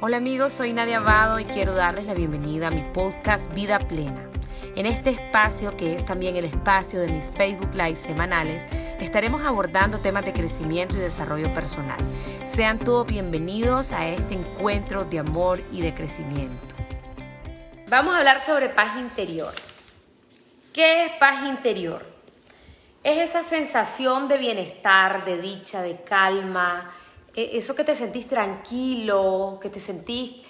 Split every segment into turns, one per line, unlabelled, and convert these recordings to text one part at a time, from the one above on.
Hola amigos, soy Nadia Abado y quiero darles la bienvenida a mi podcast Vida Plena. En este espacio, que es también el espacio de mis Facebook Live semanales, estaremos abordando temas de crecimiento y desarrollo personal. Sean todos bienvenidos a este encuentro de amor y de crecimiento. Vamos a hablar sobre paz interior. ¿Qué es paz interior? Es esa sensación de bienestar, de dicha, de calma, eso que te sentís tranquilo, que te sentís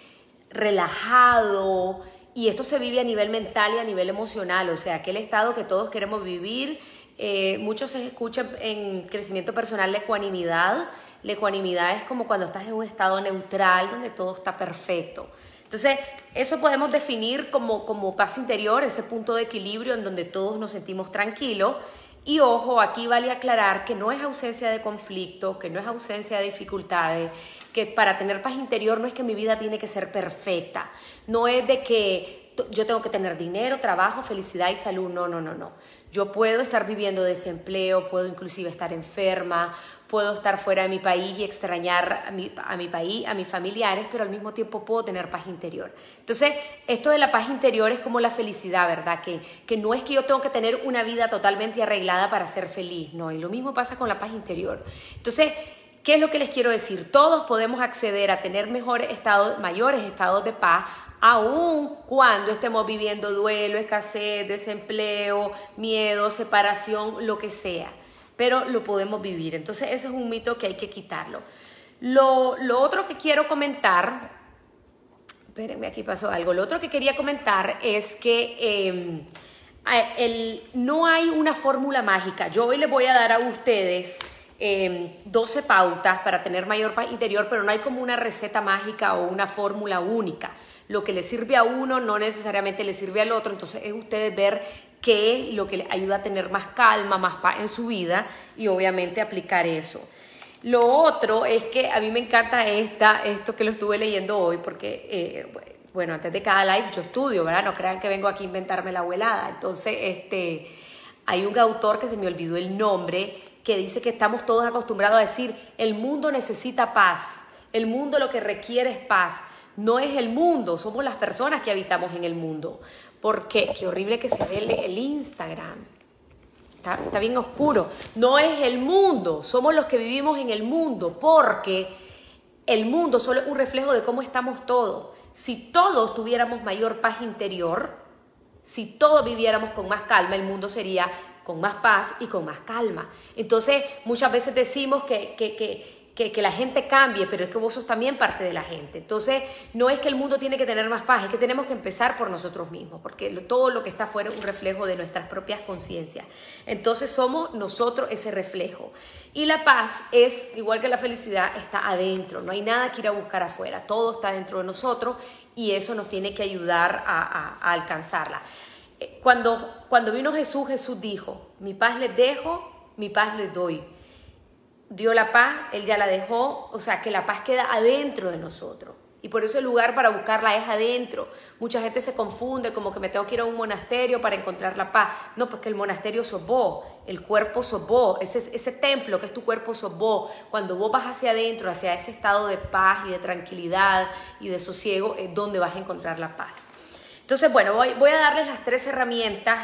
relajado, y esto se vive a nivel mental y a nivel emocional, o sea, aquel estado que todos queremos vivir. Mucho se escucha en crecimiento personal la ecuanimidad. La ecuanimidad es como cuando estás en un estado neutral donde todo está perfecto. Entonces, eso podemos definir como paz interior, ese punto de equilibrio en donde todos nos sentimos tranquilos. Y ojo, aquí vale aclarar que no es ausencia de conflicto, que no es ausencia de dificultades, que para tener paz interior no es que mi vida tiene que ser perfecta, no es de que yo tengo que tener dinero, trabajo, felicidad y salud, no. Yo puedo estar viviendo desempleo, puedo inclusive estar enferma, puedo estar fuera de mi país y extrañar a mi país, a mis familiares, pero al mismo tiempo puedo tener paz interior. Entonces, esto de la paz interior es como la felicidad, ¿verdad? Que no es que yo tengo que tener una vida totalmente arreglada para ser feliz, no, y lo mismo pasa con la paz interior. Entonces, ¿qué es lo que les quiero decir? Todos podemos acceder a tener mayores estados de paz, aun cuando estemos viviendo duelo, escasez, desempleo, miedo, separación, lo que sea. Pero lo podemos vivir. Entonces ese es un mito que hay que quitarlo. Lo otro que quiero comentar, espérenme, aquí pasó algo. Lo otro que quería comentar es que no hay una fórmula mágica. Yo hoy les voy a dar a ustedes 12 pautas para tener mayor paz interior, pero no hay como una receta mágica o una fórmula única. Lo que le sirve a uno no necesariamente le sirve al otro, entonces es ustedes ver qué es lo que les ayuda a tener más calma, más paz en su vida y obviamente aplicar eso. Lo otro es que a mí me encanta esto que lo estuve leyendo hoy porque, bueno, antes de cada live yo estudio, ¿verdad? No crean que vengo aquí a inventarme la abuelada. Entonces, hay un autor que se me olvidó el nombre que dice que estamos todos acostumbrados a decir el mundo necesita paz, el mundo lo que requiere es paz. No es el mundo, somos las personas que habitamos en el mundo. Porque qué horrible que se ve el Instagram. Está bien oscuro. No es el mundo, somos los que vivimos en el mundo, porque el mundo solo es un reflejo de cómo estamos todos. Si todos tuviéramos mayor paz interior, si todos viviéramos con más calma, el mundo sería con más paz y con más calma. Entonces, muchas veces decimos que la gente cambie, pero es que vos sos también parte de la gente. Entonces, no es que el mundo tiene que tener más paz, es que tenemos que empezar por nosotros mismos, porque todo lo que está afuera es un reflejo de nuestras propias conciencias. Entonces, somos nosotros ese reflejo. Y la paz es, igual que la felicidad, está adentro. No hay nada que ir a buscar afuera. Todo está dentro de nosotros y eso nos tiene que ayudar a alcanzarla. Cuando vino Jesús, Jesús dijo, mi paz les dejo, mi paz les doy. Dio la paz, Él ya la dejó, o sea que la paz queda adentro de nosotros. Y por eso el lugar para buscarla es adentro. Mucha gente se confunde como que me tengo que ir a un monasterio para encontrar la paz. No, pues que el monasterio sos vos, el cuerpo sos vos, ese templo que es tu cuerpo sos vos. Cuando vos vas hacia adentro, hacia ese estado de paz y de tranquilidad y de sosiego, es donde vas a encontrar la paz. Entonces, bueno, voy a darles las 3 herramientas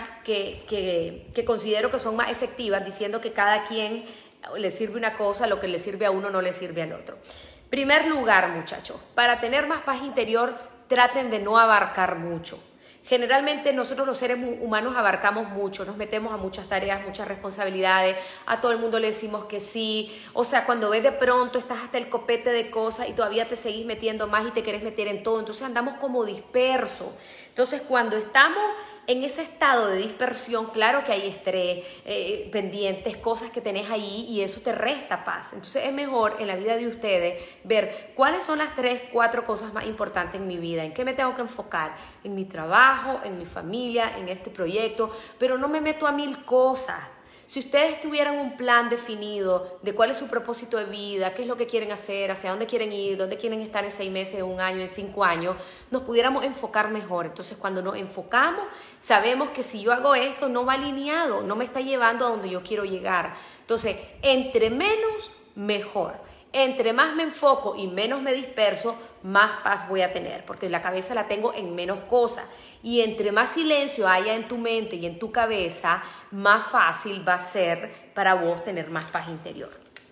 que considero que son más efectivas, diciendo que cada quien le sirve una cosa, lo que le sirve a uno no le sirve al otro. Primer lugar, muchachos, para tener más paz interior, traten de no abarcar mucho. Generalmente nosotros los seres humanos abarcamos mucho, nos metemos a muchas tareas, muchas responsabilidades, a todo el mundo le decimos que sí, o sea, cuando ves de pronto estás hasta el copete de cosas y todavía te seguís metiendo más y te querés meter en todo, entonces andamos como dispersos. Entonces cuando estamos en ese estado de dispersión, claro que hay estrés, pendientes, cosas que tenés ahí y eso te resta paz. Entonces es mejor en la vida de ustedes ver cuáles son las 3, 4 cosas más importantes en mi vida, en qué me tengo que enfocar, en mi trabajo, en mi familia, en este proyecto, pero no me meto a 1000 cosas. Si ustedes tuvieran un plan definido de cuál es su propósito de vida, qué es lo que quieren hacer, hacia dónde quieren ir, dónde quieren estar en 6 meses, en 1 año, en 5 años, nos pudiéramos enfocar mejor. Entonces, cuando nos enfocamos, sabemos que si yo hago esto, no va alineado, no me está llevando a donde yo quiero llegar. Entonces, entre menos, mejor. Entre más me enfoco y menos me disperso, más paz voy a tener, porque la cabeza la tengo en menos cosas. Y entre más silencio haya en tu mente y en tu cabeza, más fácil va a ser para vos tener más paz interior.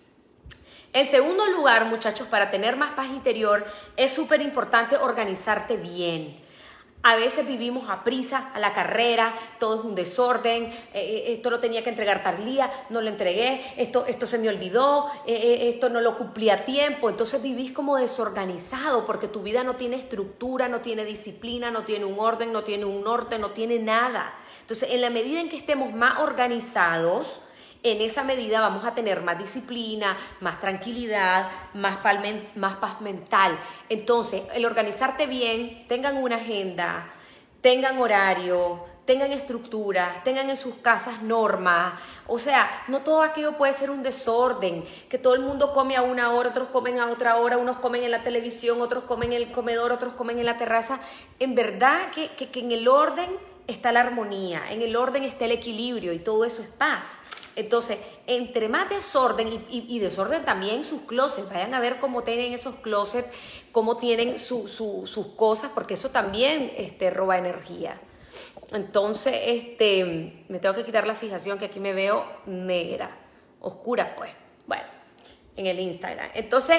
En segundo lugar, muchachos, para tener más paz interior es súper importante organizarte bien. A veces vivimos a prisa, a la carrera, todo es un desorden, esto lo tenía que entregar tal día, no lo entregué, esto se me olvidó, esto no lo cumplí a tiempo. Entonces vivís como desorganizado porque tu vida no tiene estructura, no tiene disciplina, no tiene un orden, no tiene un norte, no tiene nada. Entonces, en la medida en que estemos más organizados, en esa medida vamos a tener más disciplina, más tranquilidad, más paz mental. Entonces, el organizarte bien, tengan una agenda, tengan horario, tengan estructuras, tengan en sus casas normas. O sea, no todo aquello puede ser un desorden, que todo el mundo come a una hora, otros comen a otra hora, unos comen en la televisión, otros comen en el comedor, otros comen en la terraza. En verdad que en el orden está la armonía, en el orden está el equilibrio y todo eso es paz. Entonces, entre más desorden y desorden también sus closets, vayan a ver cómo tienen esos closets, cómo tienen sus cosas, porque eso también roba energía. Entonces, me tengo que quitar la fijación que aquí me veo negra, oscura pues, bueno, en el Instagram. Entonces,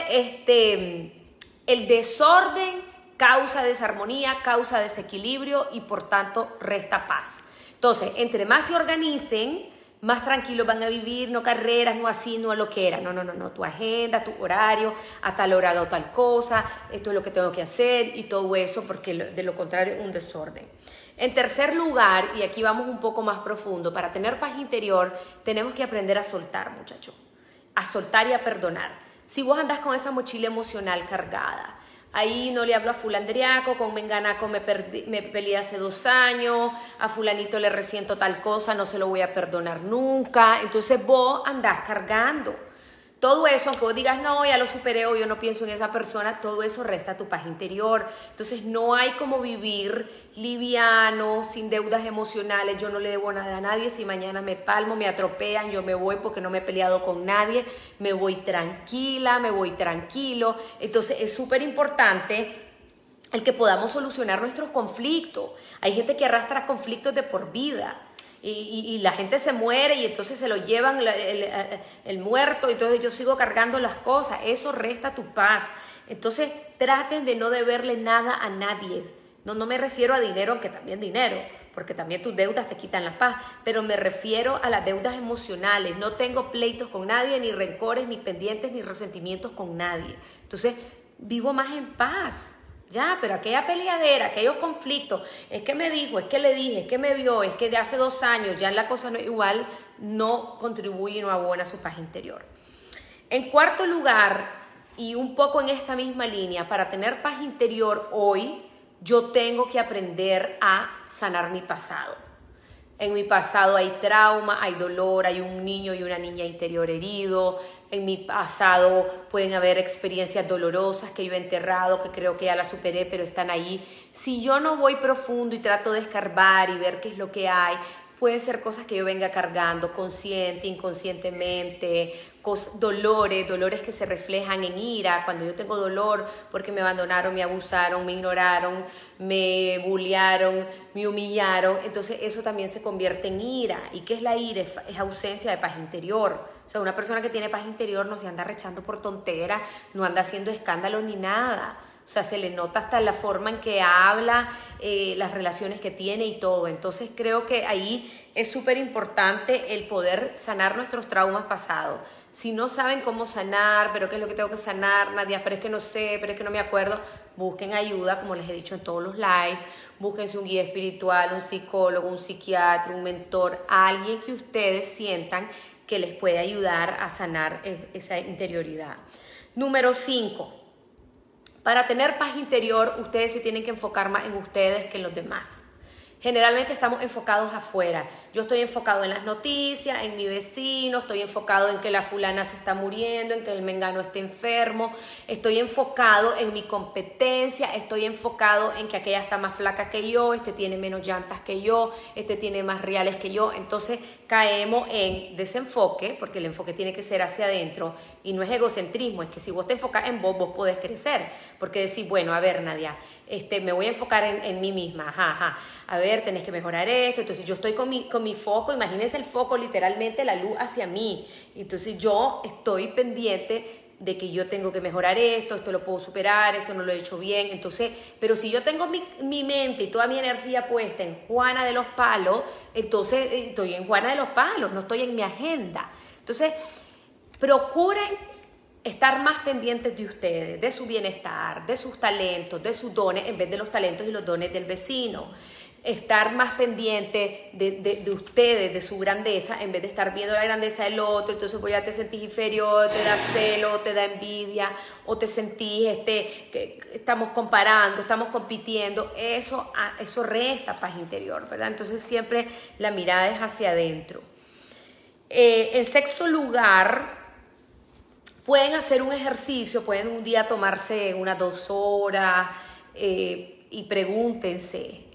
el desorden causa desarmonía, causa desequilibrio y por tanto resta paz. Entonces, entre más se organicen, más tranquilos van a vivir, no carreras, no así, no a lo que era. No, tu agenda, tu horario, a tal hora hago tal cosa, esto es lo que tengo que hacer y todo eso, porque de lo contrario un desorden. En tercer lugar, y aquí vamos un poco más profundo, para tener paz interior tenemos que aprender a soltar, muchachos, a soltar y a perdonar. Si vos andás con esa mochila emocional cargada, ahí no le hablo a fulandriaco, con menganaco me peleé hace 2 años, a fulanito le resiento tal cosa, no se lo voy a perdonar nunca. Entonces vos andás cargando. Todo eso, aunque vos digas, no, ya lo superé o yo no pienso en esa persona, todo eso resta tu paz interior. Entonces no hay como vivir liviano, sin deudas emocionales. Yo no le debo nada a nadie. Si mañana me palmo, me atropellan, yo me voy porque no me he peleado con nadie. Me voy tranquila, me voy tranquilo. Entonces es súper importante el que podamos solucionar nuestros conflictos. Hay gente que arrastra conflictos de por vida. Y la gente se muere y entonces se lo llevan el muerto y entonces yo sigo cargando las cosas. Eso resta tu paz. Entonces traten de no deberle nada a nadie. No me refiero a dinero, aunque también dinero, porque también tus deudas te quitan la paz, pero me refiero a las deudas emocionales. No tengo pleitos con nadie, ni rencores, ni pendientes, ni resentimientos con nadie. Entonces vivo más en paz. Ya, pero aquella peleadera, aquellos conflictos, es que me dijo, es que le dije, es que me vio, es que de hace 2 años ya la cosa no es igual, no contribuye y no abona su paz interior. En cuarto lugar, y un poco en esta misma línea, para tener paz interior hoy, yo tengo que aprender a sanar mi pasado. En mi pasado hay trauma, hay dolor, hay un niño y una niña interior herido. En mi pasado pueden haber experiencias dolorosas que yo he enterrado, que creo que ya las superé, pero están ahí. Si yo no voy profundo y trato de escarbar y ver qué es lo que hay, pueden ser cosas que yo venga cargando consciente, inconscientemente, dolores que se reflejan en ira. Cuando yo tengo dolor porque me abandonaron, me abusaron, me ignoraron, me bullearon, me humillaron, entonces eso también se convierte en ira. ¿Y qué es la ira? Es ausencia de paz interior. O sea, una persona que tiene paz interior no se anda rechando por tonteras, no anda haciendo escándalos ni nada. O sea, se le nota hasta la forma en que habla, las relaciones que tiene y todo. Entonces creo que ahí es súper importante el poder sanar nuestros traumas pasados. Si no saben cómo sanar, pero qué es lo que tengo que sanar, Nadia, pero es que no sé, pero es que no me acuerdo, busquen ayuda, como les he dicho en todos los lives. Búsquense un guía espiritual, un psicólogo, un psiquiatra, un mentor, alguien que ustedes sientan que les puede ayudar a sanar esa interioridad. Número 5. Para tener paz interior, ustedes se tienen que enfocar más en ustedes que en los demás. Generalmente estamos enfocados afuera. Yo estoy enfocado en las noticias, en mi vecino, estoy enfocado en que la fulana se está muriendo, en que el mengano esté enfermo, estoy enfocado en mi competencia, estoy enfocado en que aquella está más flaca que yo, este tiene menos llantas que yo, este tiene más reales que yo. Entonces caemos en desenfoque, porque el enfoque tiene que ser hacia adentro y no es egocentrismo, es que si vos te enfocas en vos, vos podés crecer, porque decís, bueno, a ver, Nadia, me voy a enfocar en mí misma, a ver, tenés que mejorar esto. Entonces yo estoy con mi foco, imagínense el foco, literalmente la luz hacia mí, entonces yo estoy pendiente de que yo tengo que mejorar esto lo puedo superar, esto no lo he hecho bien. Entonces, pero si yo tengo mi mente y toda mi energía puesta en Juana de los Palos, entonces estoy en Juana de los Palos, no estoy en mi agenda. Entonces, procuren estar más pendientes de ustedes, de su bienestar, de sus talentos, de sus dones, en vez de los talentos y los dones del vecino. Estar más pendiente de ustedes, de su grandeza, en vez de estar viendo la grandeza del otro. Entonces pues ya te sentís inferior, te da celo, te da envidia, o te sentís que estamos comparando, estamos compitiendo. Eso resta paz interior, ¿verdad? Entonces siempre la mirada es hacia adentro. En sexto lugar, pueden hacer un ejercicio, pueden un día tomarse unas 2 horas y pregúntense,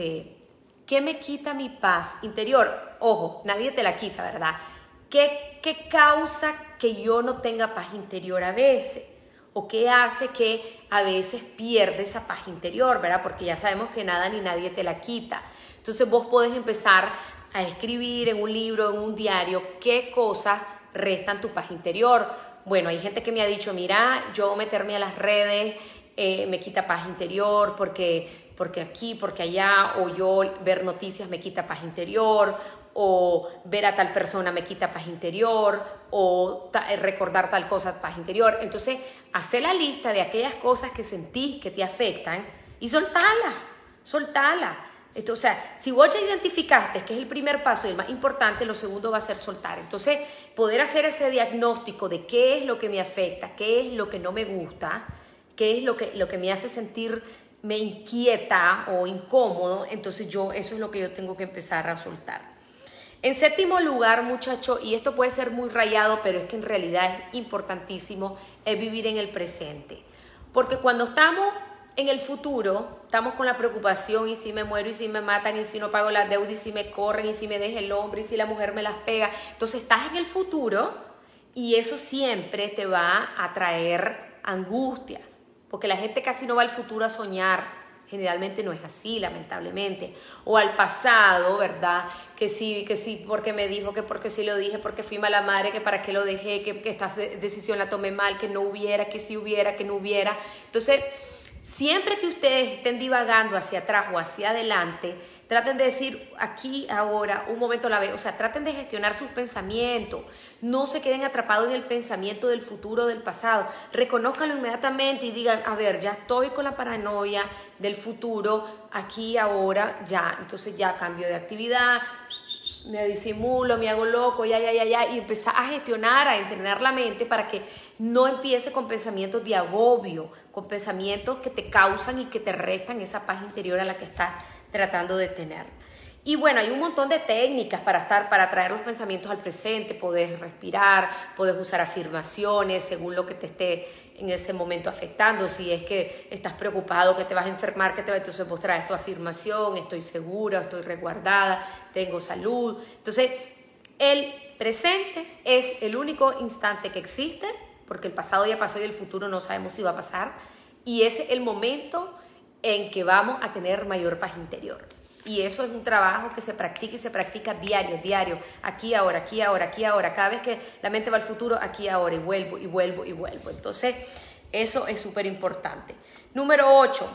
¿qué me quita mi paz interior? Ojo, nadie te la quita, ¿verdad? ¿Qué causa que yo no tenga paz interior a veces? ¿O qué hace que a veces pierde esa paz interior, ¿verdad? Porque ya sabemos que nada ni nadie te la quita. Entonces vos podés empezar a escribir en un libro, en un diario, qué cosas restan tu paz interior. Bueno, hay gente que me ha dicho, mira, yo meterme a las redes me quita paz interior porque aquí, porque allá, o yo ver noticias me quita paz interior, o ver a tal persona me quita paz interior, o recordar tal cosa, paz interior. Entonces, hacer la lista de aquellas cosas que sentís que te afectan y soltala. Esto, o sea, si vos ya identificaste que es el primer paso y el más importante, lo segundo va a ser soltar. Entonces, poder hacer ese diagnóstico de qué es lo que me afecta, qué es lo que no me gusta, qué es lo que me hace sentir, me inquieta o incómodo, entonces eso es lo que yo tengo que empezar a soltar. En séptimo lugar, muchachos, y esto puede ser muy rayado, pero es que en realidad es importantísimo, es vivir en el presente. Porque cuando estamos en el futuro, estamos con la preocupación, y si me muero, y si me matan, y si no pago las deudas, y si me corren, y si me deja el hombre, y si la mujer me las pega. Entonces estás en el futuro y eso siempre te va a traer angustia, porque la gente casi no va al futuro a soñar. Generalmente no es así, lamentablemente. O al pasado, ¿verdad? Que sí, porque me dijo, que porque sí lo dije, porque fui mala madre, que para qué lo dejé, que esta decisión la tomé mal, que no hubiera, que sí hubiera, que no hubiera. Entonces, siempre que ustedes estén divagando hacia atrás o hacia adelante, traten de decir aquí, ahora, un momento a la vez. O sea, traten de gestionar sus pensamientos. No se queden atrapados en el pensamiento del futuro, del pasado. Reconózcanlo inmediatamente y digan, a ver, ya estoy con la paranoia del futuro, aquí, ahora, ya. Entonces ya cambio de actividad, me disimulo, me hago loco, ya. Y empezar a gestionar, a entrenar la mente para que no empiece con pensamientos de agobio, con pensamientos que te causan y que te restan esa paz interior a la que estás tratando de tener. Y bueno, hay un montón de técnicas para traer los pensamientos al presente. Podés respirar, podés usar afirmaciones según lo que te esté en ese momento afectando. Si es que estás preocupado que te vas a enfermar, entonces vos traes tu afirmación: estoy segura, estoy resguardada, tengo salud. Entonces, el presente es el único instante que existe, porque el pasado ya pasó y el futuro no sabemos si va a pasar. Y ese es el momento en que vamos a tener mayor paz interior. Y eso es un trabajo que se practica y se practica diario, aquí, ahora. Cada vez que la mente va al futuro, aquí, ahora, y vuelvo. Entonces, eso es súper importante. Número 8,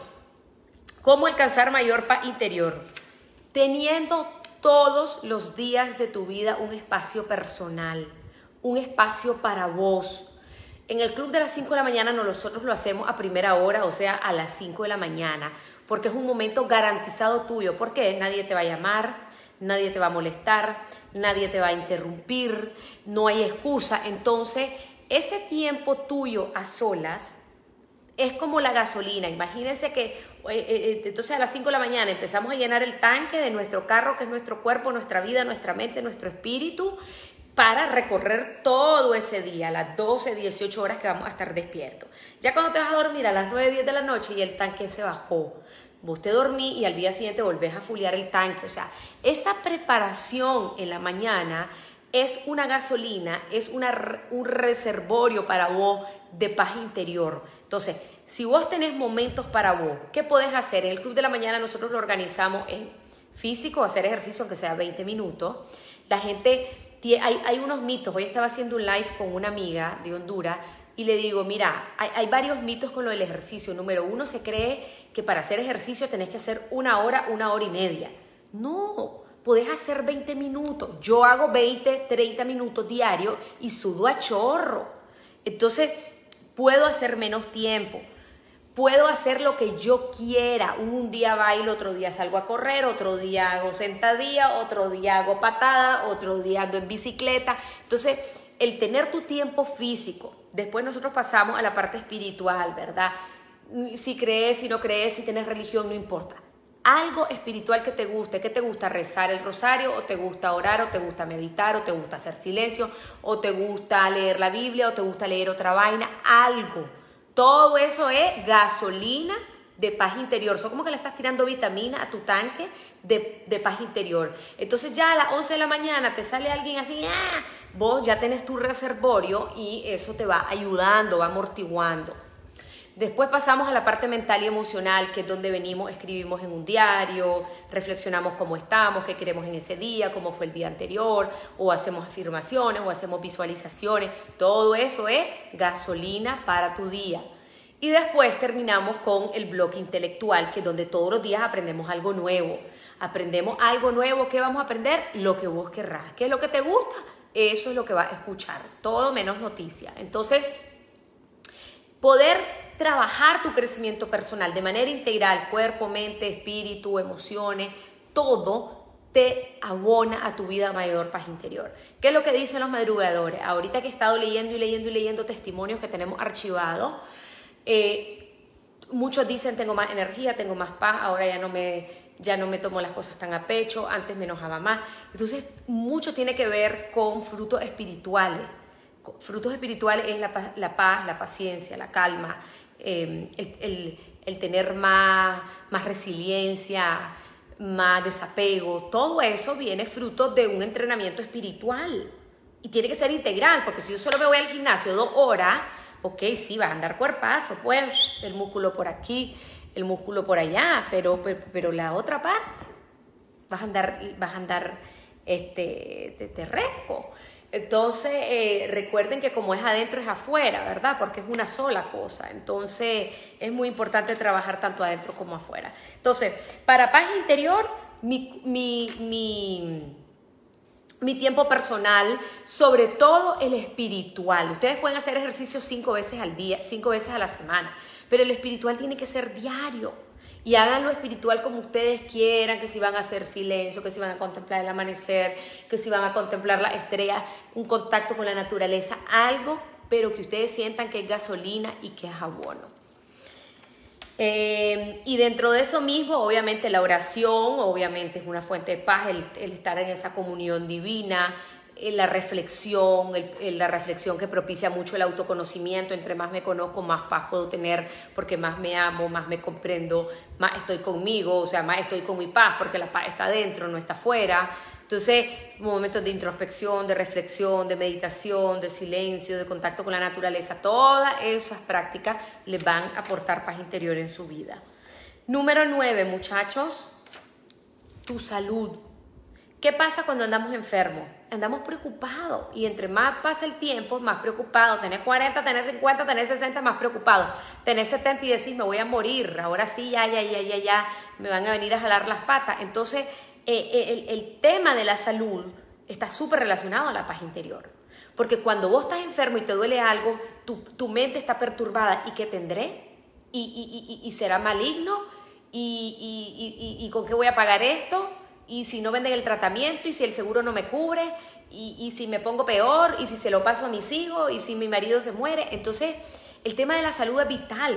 ¿cómo alcanzar mayor paz interior? Teniendo todos los días de tu vida un espacio personal, un espacio para vos. En el club de las 5 de la mañana nosotros lo hacemos a primera hora, o sea, a las 5 de la mañana, porque es un momento garantizado tuyo. ¿Por qué? Nadie te va a llamar, nadie te va a molestar, nadie te va a interrumpir, no hay excusa. Entonces, ese tiempo tuyo a solas es como la gasolina. Imagínense que entonces a las 5 de la mañana empezamos a llenar el tanque de nuestro carro, que es nuestro cuerpo, nuestra vida, nuestra mente, nuestro espíritu, para recorrer todo ese día, las 12, 18 horas que vamos a estar despiertos. Ya cuando te vas a dormir a las 9, 10 de la noche y el tanque se bajó, vos te dormís y al día siguiente volvés a fulear el tanque. O sea, esa preparación en la mañana es una gasolina, es un reservorio para vos de paz interior. Entonces, si vos tenés momentos para vos, ¿qué podés hacer? En el Club de la Mañana nosotros lo organizamos en físico, hacer ejercicio aunque sea 20 minutos. La gente, hay unos mitos. Hoy estaba haciendo un live con una amiga de Honduras y le digo, mira, hay varios mitos con lo del ejercicio. Número 1, se cree que para hacer ejercicio tenés que hacer 1 hora, 1 hora y media. No, podés hacer 20 minutos. Yo hago 20, 30 minutos diarios y sudo a chorro. Entonces, puedo hacer menos tiempo. Puedo hacer lo que yo quiera. Un día bailo, otro día salgo a correr, otro día hago sentadilla, otro día hago patada, otro día ando en bicicleta. Entonces, el tener tu tiempo físico. Después nosotros pasamos a la parte espiritual, ¿verdad? Si crees, si no crees, si tienes religión, no importa. Algo espiritual que te guste. ¿Qué te gusta? ¿Rezar el rosario? ¿O te gusta orar? ¿O te gusta meditar? ¿O te gusta hacer silencio? ¿O te gusta leer la Biblia? ¿O te gusta leer otra vaina? Algo. Todo eso es gasolina de paz interior. Son como que le estás tirando vitamina a tu tanque de paz interior. Entonces ya a las 11 de la mañana te sale alguien así, vos ya tenés tu reservorio y eso te va ayudando, va amortiguando. Después pasamos a la parte mental y emocional, que es donde venimos, escribimos en un diario, reflexionamos cómo estamos, qué queremos en ese día, cómo fue el día anterior, o hacemos afirmaciones, o hacemos visualizaciones. Todo eso es gasolina para tu día. Y después terminamos con el bloque intelectual, que es donde todos los días aprendemos algo nuevo. Aprendemos algo nuevo. ¿Qué vamos a aprender? Lo que vos querrás. ¿Qué es lo que te gusta? Eso es lo que vas a escuchar. Todo menos noticias. Entonces, poder trabajar tu crecimiento personal de manera integral, cuerpo, mente, espíritu, emociones, todo te abona a tu vida mayor paz interior. ¿Qué es lo que dicen los madrugadores? Ahorita que he estado leyendo testimonios que tenemos archivados, muchos dicen tengo más energía, tengo más paz, ahora ya no me tomo las cosas tan a pecho, antes me enojaba más. Entonces, mucho tiene que ver con frutos espirituales. Frutos espirituales es la paz, la paciencia, la calma, el tener más resiliencia, más desapego. Todo eso viene fruto de un entrenamiento espiritual y tiene que ser integral, porque si yo solo me voy al gimnasio 2 horas, ok, sí, vas a andar cuerpazo, pues el músculo por aquí, el músculo por allá, pero la otra parte vas a andar terresco. Entonces, recuerden que como es adentro es afuera, ¿verdad? Porque es una sola cosa. Entonces, es muy importante trabajar tanto adentro como afuera. Entonces, para paz interior, mi tiempo personal, sobre todo el espiritual. Ustedes pueden hacer ejercicio 5 veces al día, 5 veces a la semana, pero el espiritual tiene que ser diario. Y hagan lo espiritual como ustedes quieran, que si van a hacer silencio, que si van a contemplar el amanecer, que si van a contemplar las estrellas, un contacto con la naturaleza, algo, pero que ustedes sientan que es gasolina y que es abono. Y dentro de eso mismo, obviamente la oración, obviamente es una fuente de paz, el estar en esa comunión divina, la reflexión que propicia mucho el autoconocimiento. Entre más me conozco, más paz puedo tener, porque más me amo, más me comprendo, más estoy conmigo, o sea, más estoy con mi paz, porque la paz está adentro, no está afuera. Entonces, momentos de introspección, de reflexión, de meditación, de silencio, de contacto con la naturaleza, todas esas prácticas les van a aportar paz interior en su vida. Número 9, muchachos, tu salud. ¿Qué pasa cuando andamos enfermos? Andamos preocupados, y entre más pasa el tiempo, más preocupados. Tenés 40, tenés 50, tenés 60, más preocupados. Tenés 70 y decís, me voy a morir, ahora sí, ya, me van a venir a jalar las patas. Entonces, el tema de la salud está súper relacionado a la paz interior. Porque cuando vos estás enfermo y te duele algo, tu mente está perturbada. ¿Y qué tendré? ¿Y será maligno? ¿Y con qué voy a pagar esto? Y si no venden el tratamiento, y si el seguro no me cubre, y si me pongo peor, y si se lo paso a mis hijos, y si mi marido se muere. Entonces, el tema de la salud es vital.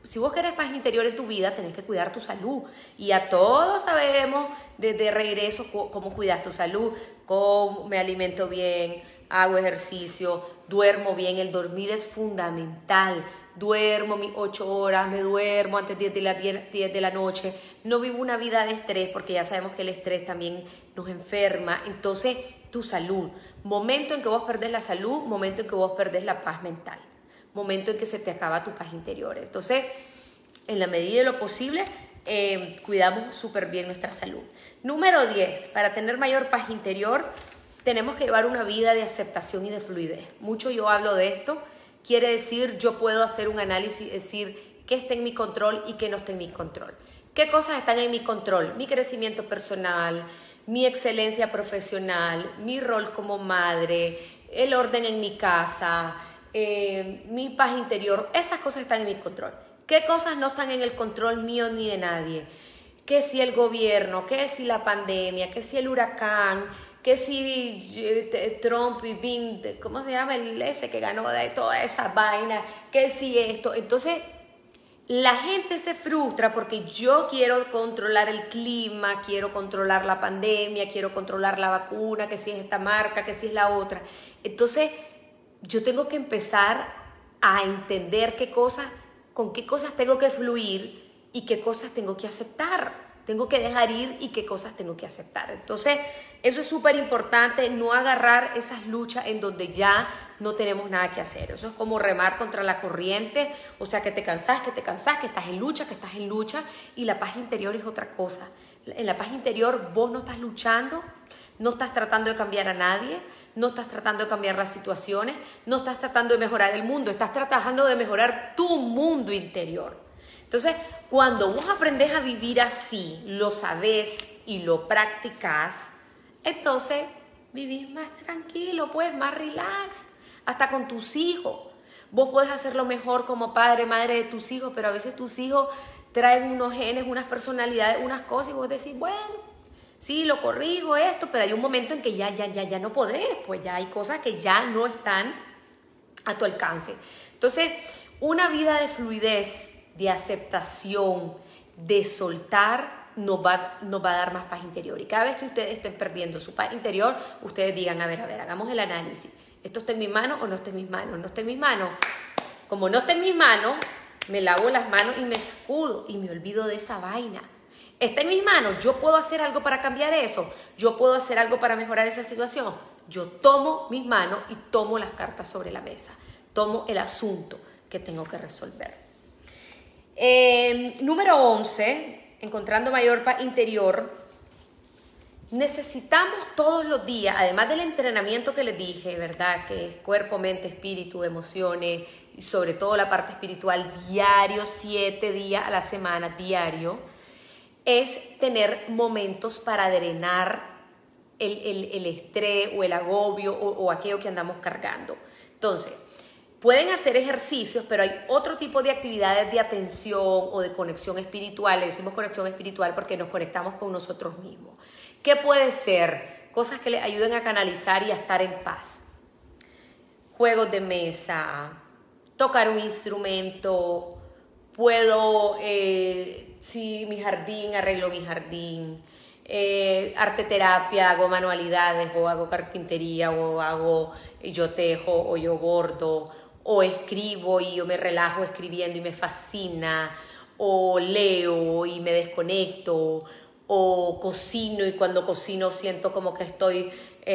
si vos querés paz interior en tu vida, tenés que cuidar tu salud. Y a todos sabemos desde regreso cómo cuidas tu salud, cómo me alimento bien, hago ejercicio, duermo bien. El dormir es fundamental. Duermo mis 8 horas, me duermo antes de las 10 de la noche. No vivo una vida de estrés porque ya sabemos que el estrés también nos enferma. Entonces, tu salud. Momento en que vos perdés la salud, momento en que vos perdés la paz mental. Momento en que se te acaba tu paz interior. Entonces, en la medida de lo posible, cuidamos súper bien nuestra salud. Número 10, para tener mayor paz interior, tenemos que llevar una vida de aceptación y de fluidez. Mucho yo hablo de esto. Quiere decir, yo puedo hacer un análisis y decir qué está en mi control y qué no está en mi control. ¿Qué cosas están en mi control? Mi crecimiento personal, mi excelencia profesional, mi rol como madre, el orden en mi casa, mi paz interior. Esas cosas están en mi control. ¿Qué cosas no están en el control mío ni de nadie? ¿Qué si el gobierno? ¿Qué si la pandemia? ¿Qué si el huracán? ¿Qué si Trump y Biden, ¿cómo se llama el ese que ganó de toda esa vaina? ¿Qué si esto? Entonces, la gente se frustra porque yo quiero controlar el clima, quiero controlar la pandemia, quiero controlar la vacuna, que si es esta marca, que si es la otra. Entonces, yo tengo que empezar a entender con qué cosas tengo que fluir y qué cosas tengo que aceptar. Tengo que dejar ir y qué cosas tengo que aceptar. Entonces, eso es súper importante, no agarrar esas luchas en donde ya no tenemos nada que hacer. Eso es como remar contra la corriente, o sea, que te cansás, que estás en lucha, y la paz interior es otra cosa. En la paz interior vos no estás luchando, no estás tratando de cambiar a nadie, no estás tratando de cambiar las situaciones, no estás tratando de mejorar el mundo, estás tratando de mejorar tu mundo interior. Entonces, cuando vos aprendés a vivir así, lo sabés y lo practicás, entonces vivís más tranquilo, pues más relax, hasta con tus hijos. Vos podés hacerlo mejor como padre, madre de tus hijos, pero a veces tus hijos traen unos genes, unas personalidades, unas cosas y vos decís, bueno, sí, lo corrijo esto, pero hay un momento en que ya no podés, pues ya hay cosas que ya no están a tu alcance. Entonces, una vida de fluidez, de aceptación, de soltar, nos va a dar más paz interior. Y cada vez que ustedes estén perdiendo su paz interior, ustedes digan, a ver, hagamos el análisis. ¿Esto está en mi mano o no está en mis manos? No está en mis manos. Como no está en mis manos, me lavo las manos y me sacudo y me olvido de esa vaina. Está en mis manos, yo puedo hacer algo para cambiar eso, yo puedo hacer algo para mejorar esa situación. Yo tomo mis manos y tomo las cartas sobre la mesa. Tomo el asunto que tengo que resolver. Número 11, encontrando mayor paz interior. Necesitamos todos los días, además del entrenamiento que les dije, ¿verdad? Que es cuerpo, mente, espíritu, emociones y sobre todo la parte espiritual, diario, 7 días a la semana, diario, es tener momentos para drenar el estrés o el agobio o aquello que andamos cargando. Entonces, pueden hacer ejercicios, pero hay otro tipo de actividades de atención o de conexión espiritual. Le decimos conexión espiritual porque nos conectamos con nosotros mismos. ¿Qué puede ser? Cosas que les ayuden a canalizar y a estar en paz. Juegos de mesa, tocar un instrumento, puedo, si mi jardín, arreglo mi jardín, arte terapia, hago manualidades o hago carpintería o yo tejo o yo bordo, o escribo y yo me relajo escribiendo y me fascina, o leo y me desconecto, o cocino y cuando cocino siento como que estoy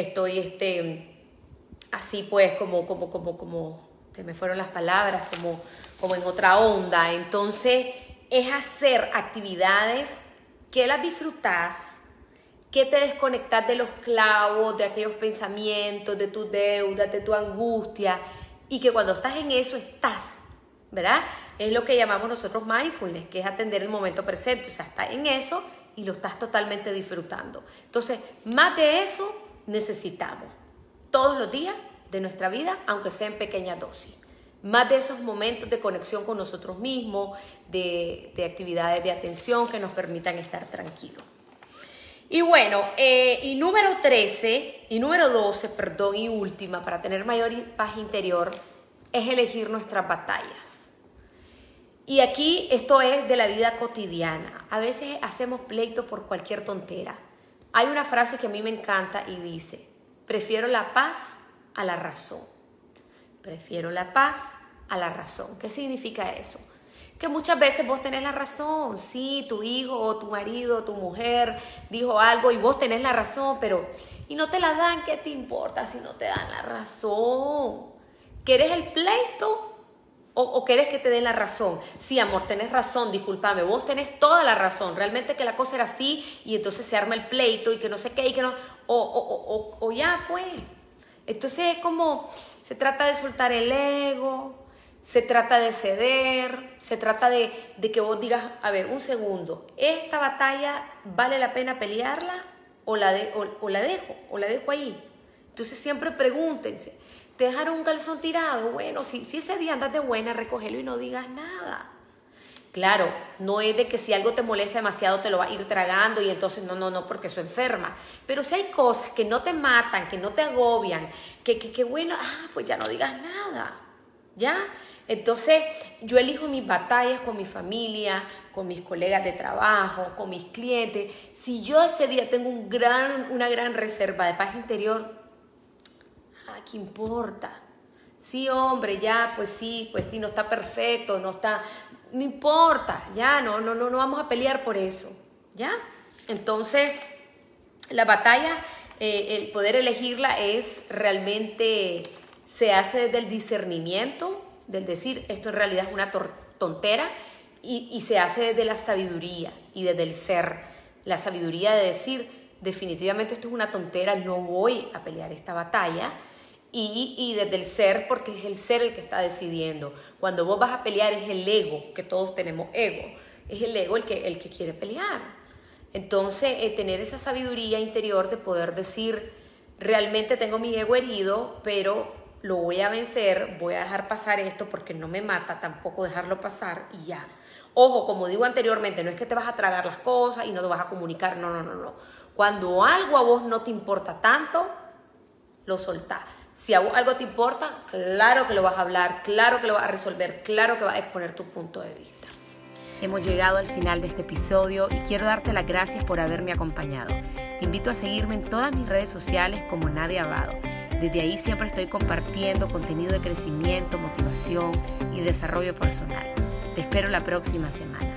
así pues como se me fueron las palabras, como en otra onda. Entonces es hacer actividades que las disfrutás, que te desconectas de los clavos, de aquellos pensamientos, de tus deudas, de tu angustia, y que cuando estás en eso estás, ¿verdad? Es lo que llamamos nosotros mindfulness, que es atender el momento presente. O sea, estás en eso y lo estás totalmente disfrutando. Entonces, más de eso necesitamos todos los días de nuestra vida, aunque sea en pequeña dosis. Más de esos momentos de conexión con nosotros mismos, de actividades de atención que nos permitan estar tranquilos. Y bueno, y número 12, y última, para tener mayor paz interior, es elegir nuestras batallas. Y aquí esto es de la vida cotidiana. A veces hacemos pleito por cualquier tontera. Hay una frase que a mí me encanta y dice, prefiero la paz a la razón. Prefiero la paz a la razón. ¿Qué significa eso? Que muchas veces vos tenés la razón. Sí, tu hijo o tu marido o tu mujer dijo algo y vos tenés la razón, pero y no te la dan, ¿qué te importa si no te dan la razón? ¿Querés el pleito o querés que te den la razón? Sí, amor, tenés razón, discúlpame, vos tenés toda la razón. Realmente que la cosa era así y entonces se arma el pleito y que no sé qué y que no... O ya, pues. Entonces es como, se trata de soltar el ego, se trata de ceder, se trata de que vos digas, a ver, un segundo, ¿esta batalla vale la pena pelearla o la dejo ahí? Entonces siempre pregúntense, ¿te dejaron un calzón tirado? Bueno, si ese día andas de buena, recógelo y no digas nada. Claro, no es de que si algo te molesta demasiado te lo vas a ir tragando y entonces no, porque eso enferma. Pero si hay cosas que no te matan, que no te agobian, que bueno, pues ya no digas nada, ¿ya? Entonces yo elijo mis batallas con mi familia, con mis colegas de trabajo, con mis clientes. Si yo ese día tengo una gran reserva de paz interior, ¿qué importa? Sí, hombre, ya, pues sí, no está perfecto, no importa, ya, no vamos a pelear por eso, ¿ya? Entonces, la batalla, el poder elegirla es realmente, se hace desde el discernimiento, del decir, esto en realidad es una tontera, y se hace desde la sabiduría y desde el ser, la sabiduría de decir, definitivamente esto es una tontera, no voy a pelear esta batalla, y desde el ser, porque es el ser el que está decidiendo. Cuando vos vas a pelear es el ego, que todos tenemos ego, es el ego el que quiere pelear. Entonces, tener esa sabiduría interior de poder decir, realmente tengo mi ego herido, pero lo voy a vencer, voy a dejar pasar esto porque no me mata, tampoco dejarlo pasar y ya. Ojo, como digo anteriormente, no es que te vas a tragar las cosas y no te vas a comunicar, no. Cuando algo a vos no te importa tanto, lo soltás. Si a vos algo te importa, claro que lo vas a hablar, claro que lo vas a resolver, claro que vas a exponer tu punto de vista. Hemos llegado al final de este episodio y quiero darte las gracias por haberme acompañado. Te invito a seguirme en todas mis redes sociales como Nadia Abado. Desde ahí siempre estoy compartiendo contenido de crecimiento, motivación y desarrollo personal. Te espero la próxima semana.